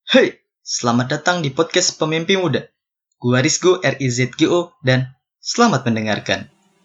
Hey, selamat datang di podcast Pemimpi Muda. Gua Rizgo RIZGO dan selamat mendengarkan.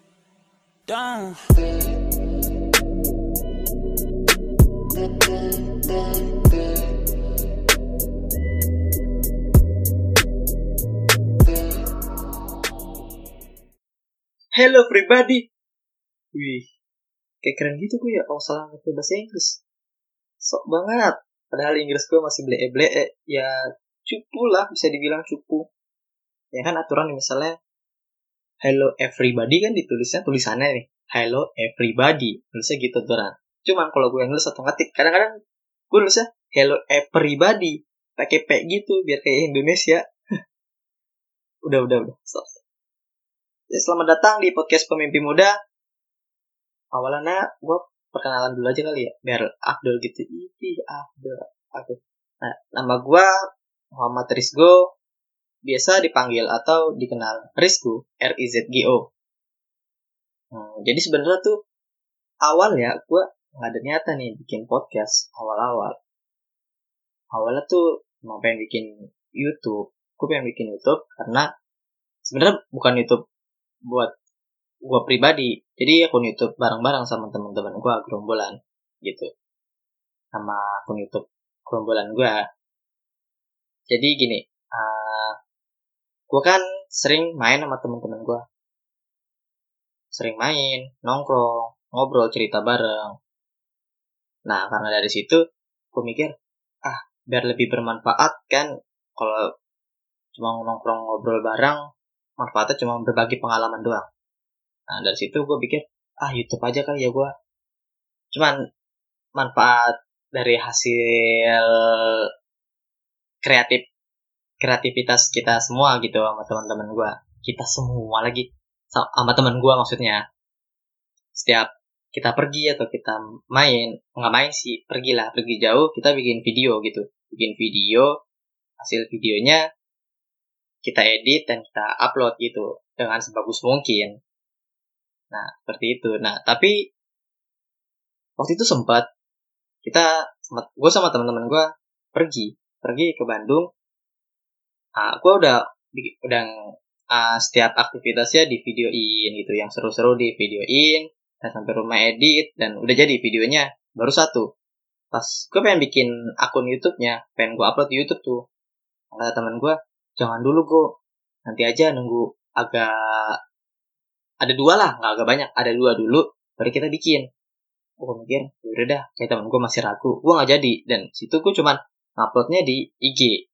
Hello everybody. Wih, kayak keren gitu gue ya. Oh, salah ngerti bahasa Inggris. Sok banget. Padahal Inggris gue masih ble-ble. Ya cupu lah, bisa dibilang cupu. Ya kan aturan misalnya hello everybody kan tulisannya nih. Hello everybody. Tulisnya gitu aturan. Cuman kalau gue nulis atau ngetik, kadang-kadang gue nulisnya hello everybody. Pakai P gitu biar kayak Indonesia. Udah. Stop. Ya, selamat datang di podcast Pemimpi Muda. Awalnya gue perkenalan dulu aja kali ya, biar Abdul gitu. Abdul. Nah, nama gue Muhammad Rizgo, biasa dipanggil atau dikenal Rizgo, RIZGO. Jadi sebenarnya tuh awal ya gue nggak ada niatan nih bikin podcast awal-awal. Awalnya tuh mau pengen bikin YouTube. Gue pengen bikin YouTube karena sebenarnya bukan YouTube buat gue pribadi, jadi akun YouTube bareng-bareng sama teman-teman gue gerombolan gitu, sama akun YouTube gerombolan gue. Jadi gini, gue kan sering main sama teman-teman gue, sering main, nongkrong, ngobrol, cerita bareng. Nah karena dari situ gue mikir, biar lebih bermanfaat kan kalau cuma nongkrong ngobrol bareng, manfaatnya cuma berbagi pengalaman doang. Nah dari situ gue pikir YouTube aja kali ya gue. Cuman manfaat dari hasil kreativitas kita semua gitu sama teman-teman gue. Kita semua lagi sama teman gue maksudnya. Setiap kita pergi atau kita nggak main sih, pergi jauh, kita bikin video gitu. Bikin video, hasil videonya kita edit dan kita upload gitu dengan sebagus mungkin. Nah, seperti itu. Nah, tapi waktu itu gue sama teman-teman gue pergi ke Bandung. Gue udah setiap aktivitasnya di videoin gitu, yang seru-seru di videoin, dan sampai rumah edit dan udah jadi videonya baru satu. Pas gue pengen bikin akun YouTube-nya, pengen gue upload di YouTube tuh, kata teman gue, jangan dulu gue, nanti aja nunggu agak ada 2 lah, nggak agak banyak, ada 2 dulu baru kita bikin. Gue mikir udah dah, kayak teman gue masih ragu, gue nggak jadi. Dan situ gue cuman uploadnya di IG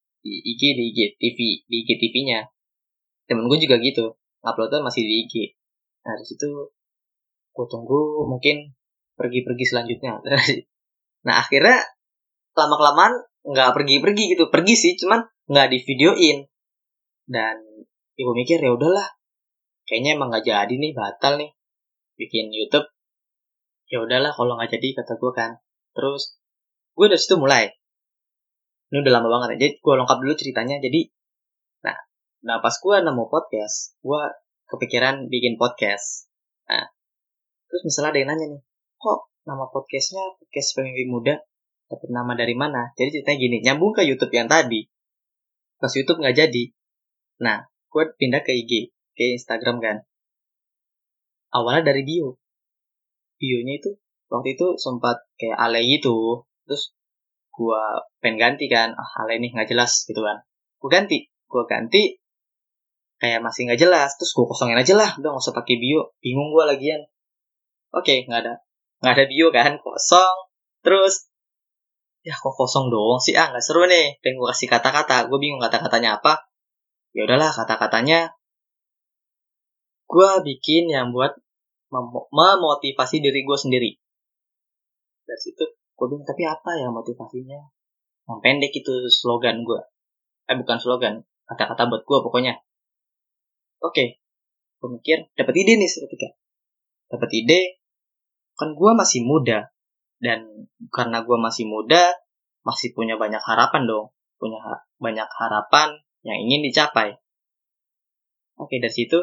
TV-nya. Temen gue juga gitu, uploadnya masih di IG. Nah dari situ gue tunggu mungkin pergi selanjutnya. Nah akhirnya lama kelamaan nggak pergi gitu, pergi sih cuman nggak di videoin. Dan gue mikir ya udahlah, kayaknya emang nggak jadi nih, batal nih bikin YouTube. Ya udahlah kalau nggak jadi, kata gue kan. Terus gue dari situ mulai. Ini udah lama banget ya, jadi gue lengkap dulu ceritanya. Jadi nah pas gue nemu podcast, gue kepikiran bikin podcast. Nah terus misalnya ada yang nanya nih, kok nama podcastnya Podcast Pemimpi Muda, dapat nama dari mana? Jadi ceritanya gini, nyambung ke YouTube yang tadi. Pas YouTube nggak jadi, nah gue pindah ke IG, ke Instagram kan. Awalnya dari bionya itu waktu itu sempat kayak alay gitu. Terus gue pengen ganti kan, alay nih nggak jelas gitu kan. Gue ganti kayak masih nggak jelas. Terus gue kosongin aja lah, udah nggak usah pakai bio, bingung gue lagian. Oke, nggak ada bio kan, kosong. Terus ya kok kosong doang sih, nggak seru nih. Pengen gue kasih kata-kata, gue bingung kata-katanya apa. Ya udahlah, kata-katanya gue bikin yang buat memotivasi diri gue sendiri. Dari situ gue bingung, tapi apa ya motivasinya? Yang pendek itu slogan gue. Bukan slogan, kata-kata buat gue pokoknya. Oke, gue mikir dapat ide nih seketika. Dapat ide, kan gue masih muda. Dan karena gue masih muda, masih punya banyak harapan dong. Punya banyak harapan yang ingin dicapai. Oke, dari situ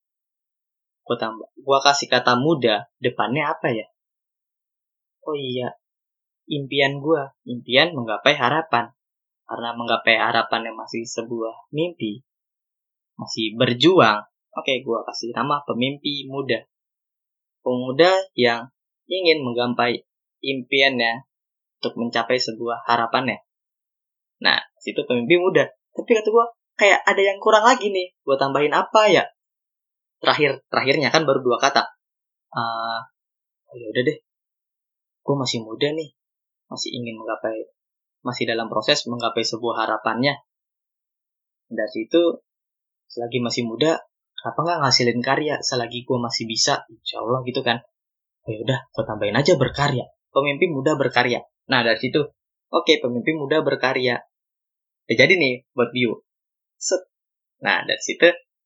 gue kasih kata muda, depannya apa ya? Oh iya, impian menggapai harapan. karena menggapai harapan yang masih sebuah mimpi, masih berjuang, oke, gue kasih nama pemimpi muda. Pemuda yang ingin menggapai impiannya untuk mencapai sebuah harapannya. Nah, situ pemimpi muda. Tapi kata gue, kayak ada yang kurang lagi nih. Gue tambahin apa ya? Terakhirnya kan baru 2 kata. Ya udah deh. Gue masih muda nih. Masih ingin menggapai, masih dalam proses menggapai sebuah harapannya. Dari situ, selagi masih muda, kenapa nggak ngasilin karya? Selagi gue masih bisa, insya Allah gitu kan. Ya udah, gue tambahin aja berkarya. Pemimpi muda berkarya. Nah, dari situ, oke, pemimpi muda berkarya. Ya, jadi nih buat view. Set. Nah, dari situ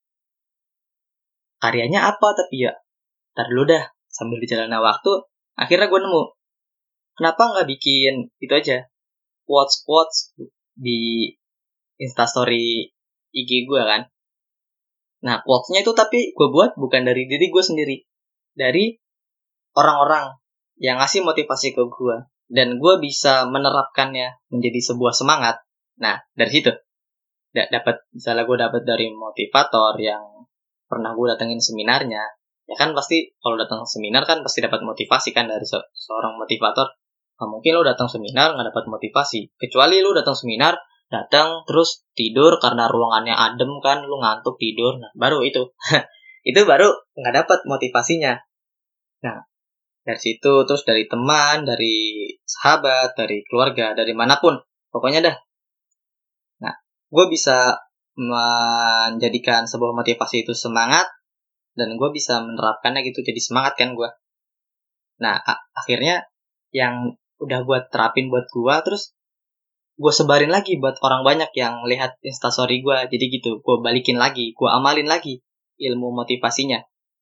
karyanya apa tapi ya? Ntar dulu dah, sambil dijalannya waktu, akhirnya gue nemu. Kenapa nggak bikin itu aja? Quotes di Instastory IG gue kan. Nah, quotesnya itu tapi gue buat bukan dari diri gue sendiri. Dari orang-orang yang ngasih motivasi ke gue. Dan gue bisa menerapkannya menjadi sebuah semangat. Nah, dari situ. Misalnya gue dapat dari motivator yang pernah gue datengin seminarnya. Ya kan pasti kalau datang seminar kan pasti dapat motivasi kan dari seorang motivator. Nah, mungkin lo datang seminar nggak dapat motivasi. Kecuali lo datang seminar, datang terus tidur karena ruangannya adem kan, lo ngantuk tidur. Nah, baru itu. Itu baru nggak dapat motivasinya. Nah, dari situ, terus dari teman, dari sahabat, dari keluarga, dari manapun. Pokoknya dah. Nah, gue bisa menjadikan sebuah motivasi itu semangat, dan gue bisa menerapkannya gitu, jadi semangat kan gue. Nah, akhirnya yang udah gue terapin buat gue, terus gue sebarin lagi buat orang banyak yang lihat instastory gue. Jadi gitu, gue balikin lagi, gue amalin lagi ilmu motivasinya.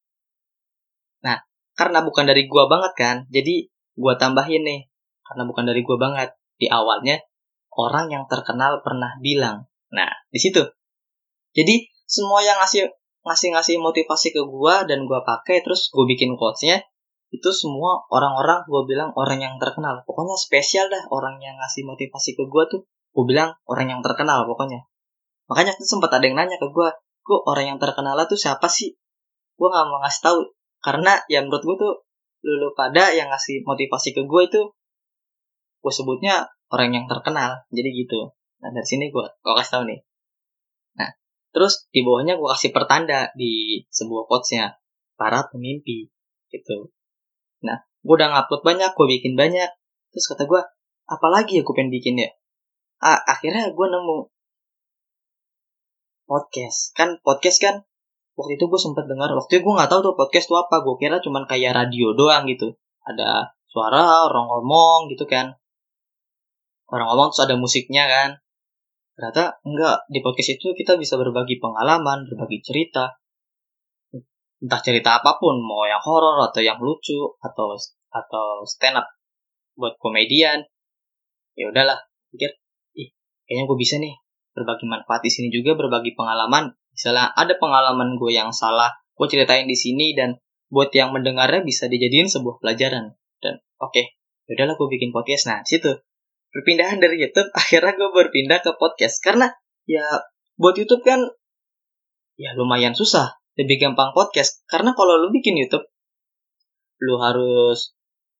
Nah, karena bukan dari gue banget kan, jadi gue tambahin nih. Karena bukan dari gue banget. Di awalnya, orang yang terkenal pernah bilang. Nah, di situ. Jadi, semua yang ngasih motivasi ke gue dan gue pakai, terus gue bikin quotes-nya, itu semua orang-orang gue bilang orang yang terkenal. Pokoknya spesial dah orang yang ngasih motivasi ke gue tuh. Gue bilang orang yang terkenal pokoknya. Makanya tuh sempat ada yang nanya ke gue orang yang terkenal tuh siapa sih? Gue gak mau ngasih tahu. Karena ya menurut gue tuh lu pada yang ngasih motivasi ke gue itu gue sebutnya orang yang terkenal. Jadi gitu. Nah dari sini gue kasih tahu nih. Nah terus di bawahnya gue kasih pertanda di sebuah quotes-nya para pemimpi gitu. Nah gue udah ngupload banyak, gue bikin banyak. Terus kata gue, apalagi ya gue pengen bikin ya. Akhirnya gue nemu podcast kan waktu itu gue sempet dengar, waktu itu gue nggak tahu tuh podcast itu apa, gue kira cuman kayak radio doang gitu, ada suara orang ngomong gitu kan, orang ngomong terus ada musiknya kan. Ternyata enggak, di podcast itu kita bisa berbagi pengalaman, berbagi cerita, entah cerita apapun, mau yang horor atau yang lucu atau stand up buat komedian. Ya udahlah, pikir kayaknya gue bisa nih berbagi manfaat di sini juga, berbagi pengalaman. Misalnya ada pengalaman gue yang salah, gue ceritain di sini dan buat yang mendengarnya bisa dijadiin sebuah pelajaran. Dan yaudahlah gue bikin podcast. Nah, situ perpindahan dari YouTube, akhirnya gue berpindah ke podcast. Karena ya buat YouTube kan ya lumayan susah, lebih gampang podcast. Karena kalau lu bikin YouTube, lu harus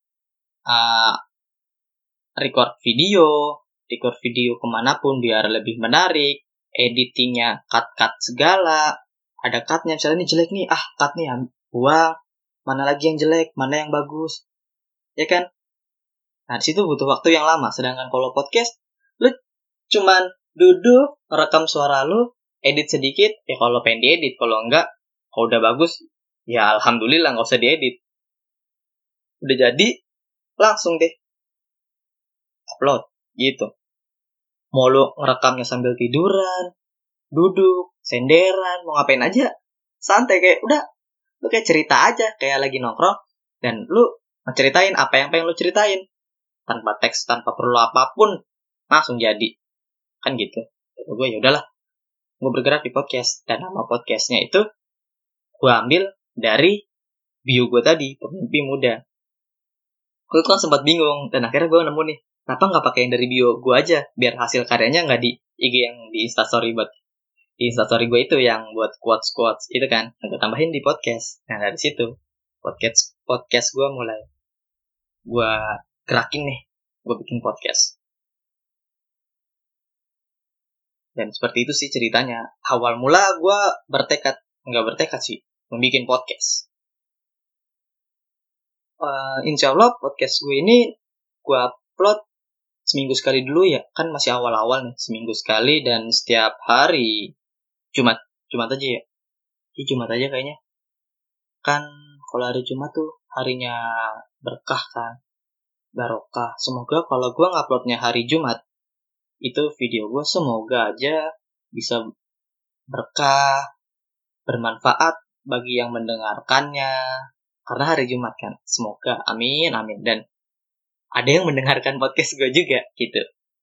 record video kemanapun biar lebih menarik, editingnya cut segala, ada cutnya, misalnya ini jelek nih, cut nih, buang, mana lagi yang jelek, mana yang bagus, ya kan? Nah di situ butuh waktu yang lama. Sedangkan kalau podcast, lu cuman duduk, rekam suara lu, edit sedikit, ya kalau pengen diedit, kalau enggak, kalau udah bagus, ya alhamdulillah nggak usah diedit, udah jadi, langsung deh upload gitu. Mau lu ngerekamnya sambil tiduran, duduk, senderan, mau ngapain aja, santai, kayak udah, lu kayak cerita aja, kayak lagi nongkrong, dan lu ngeceritain apa yang pengen lu ceritain, tanpa teks, tanpa perlu apapun, langsung jadi, kan gitu. Jadi gue ya udahlah, gue bergerak di podcast, dan nama podcastnya itu gue ambil dari bio gue tadi, pemimpi muda. Gue kan sempat bingung, dan akhirnya gue nemu nih, kenapa nggak pakai yang dari bio gue aja, biar hasil karyanya nggak di IG yang di Instastory. Buat di Instastory gue itu yang buat quotes itu kan, gue tambahin di podcast. Nah dari situ podcast gue mulai gue gerakin nih, gue bikin podcast. Dan seperti itu sih ceritanya. Awal mula gue nggak bertekad sih, membuat podcast. Insya Allah podcast gue ini gue upload seminggu sekali dulu ya, kan masih awal-awal nih, seminggu sekali dan setiap hari Jumat aja ya. Jumat aja kayaknya. Kan kalau hari Jumat tuh harinya berkah kan, barokah. Semoga kalau gue nguploadnya hari Jumat, itu video gue semoga aja bisa berkah, bermanfaat bagi yang mendengarkannya. Karena hari Jumat kan, semoga, amin. Dan ada yang mendengarkan podcast gue juga gitu.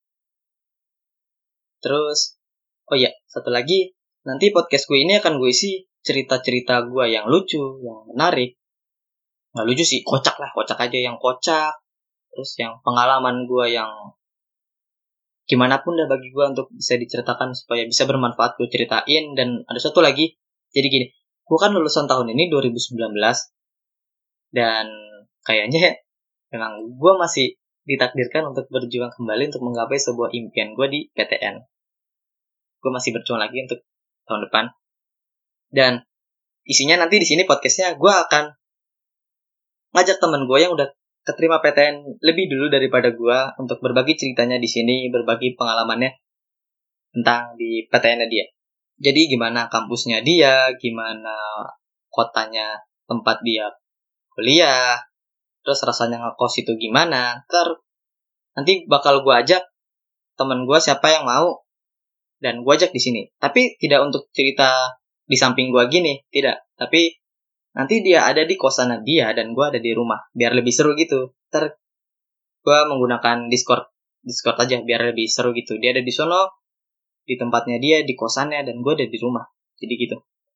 Terus, oh ya, satu lagi, nanti podcast gue ini akan gue isi cerita-cerita gue yang lucu, yang menarik. Nggak lucu sih, kocak aja, yang kocak. Terus yang pengalaman gue yang gimana pun dah bagi gue untuk bisa diceritakan supaya bisa bermanfaat gue ceritain. Dan ada satu lagi, jadi gini, gue kan lulusan tahun ini 2019 dan kayaknya memang gue masih ditakdirkan untuk berjuang kembali untuk menggapai sebuah impian gue di PTN. Gue masih berjuang lagi untuk tahun depan. Dan isinya nanti di sini podcastnya gue akan ngajak teman gue yang udah keterima PTN lebih dulu daripada gue untuk berbagi ceritanya di sini, berbagi pengalamannya tentang di PTN-nya dia. Jadi gimana kampusnya dia, gimana kotanya tempat dia kuliah, terus rasanya ngekos itu gimana. Nanti bakal gue ajak teman gue siapa yang mau dan gue ajak di sini. Tapi tidak untuk cerita di samping gue gini, tidak. Tapi nanti dia ada di kosannya dia dan gue ada di rumah, biar lebih seru gitu. Gue menggunakan Discord aja biar lebih seru gitu. Dia ada di sono, di tempatnya dia, di kosannya, dan gue ada di rumah. Jadi gitu.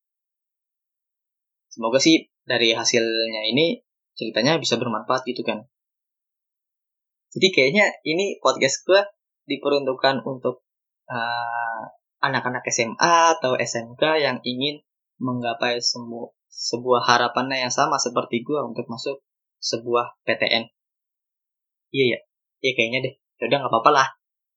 Semoga sih dari hasilnya ini ceritanya bisa bermanfaat gitu kan. Jadi kayaknya ini podcast gue diperuntukkan untuk anak-anak SMA atau SMK yang ingin menggapai sebuah harapannya yang sama seperti gue untuk masuk sebuah PTN. Iya kayaknya deh. Yaudah nggak apa-apa lah.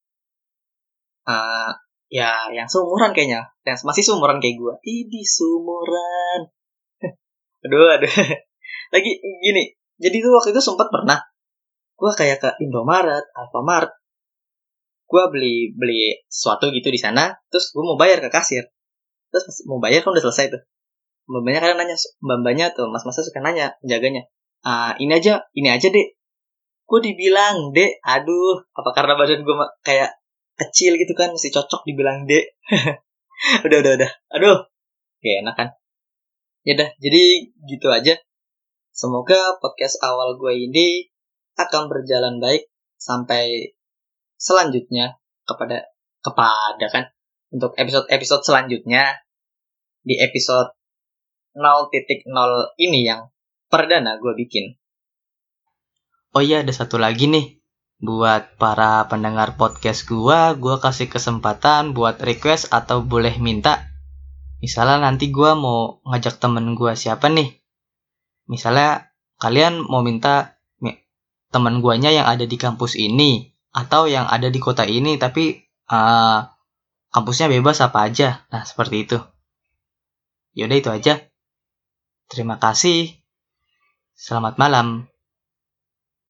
Ya yang seumuran kayaknya, yang masih seumuran kayak gue. Ini seumuran. aduh. Lagi gini. Jadi tuh waktu itu sempat pernah gue kayak ke Indomaret, Alfamart. Gue beli sesuatu gitu di sana, terus gue mau bayar ke kasir. Terus mau bayar kan udah selesai tuh. Mbaknya kadang nanya, mbaknya tuh mas-masnya suka nanya penjaganya, ini aja dek. Gue dibilang dek, aduh, apa karena badan gue kayak kecil gitu kan, masih cocok dibilang dek. udah, aduh, gak enak kan. Yaudah, jadi gitu aja. Semoga podcast awal gue ini akan berjalan baik sampai selanjutnya kepada kan, untuk episode selanjutnya di episode 0.0 ini yang perdana gue bikin. Oh iya, ada satu lagi nih. Buat para pendengar podcast gue kasih kesempatan buat request atau boleh minta. Misalnya nanti gue mau ngajak temen gue siapa nih. Misalnya kalian mau minta temen guanya yang ada di kampus ini atau yang ada di kota ini tapi kampusnya bebas apa aja. Nah, seperti itu. Yaudah itu aja. Terima kasih. Selamat malam.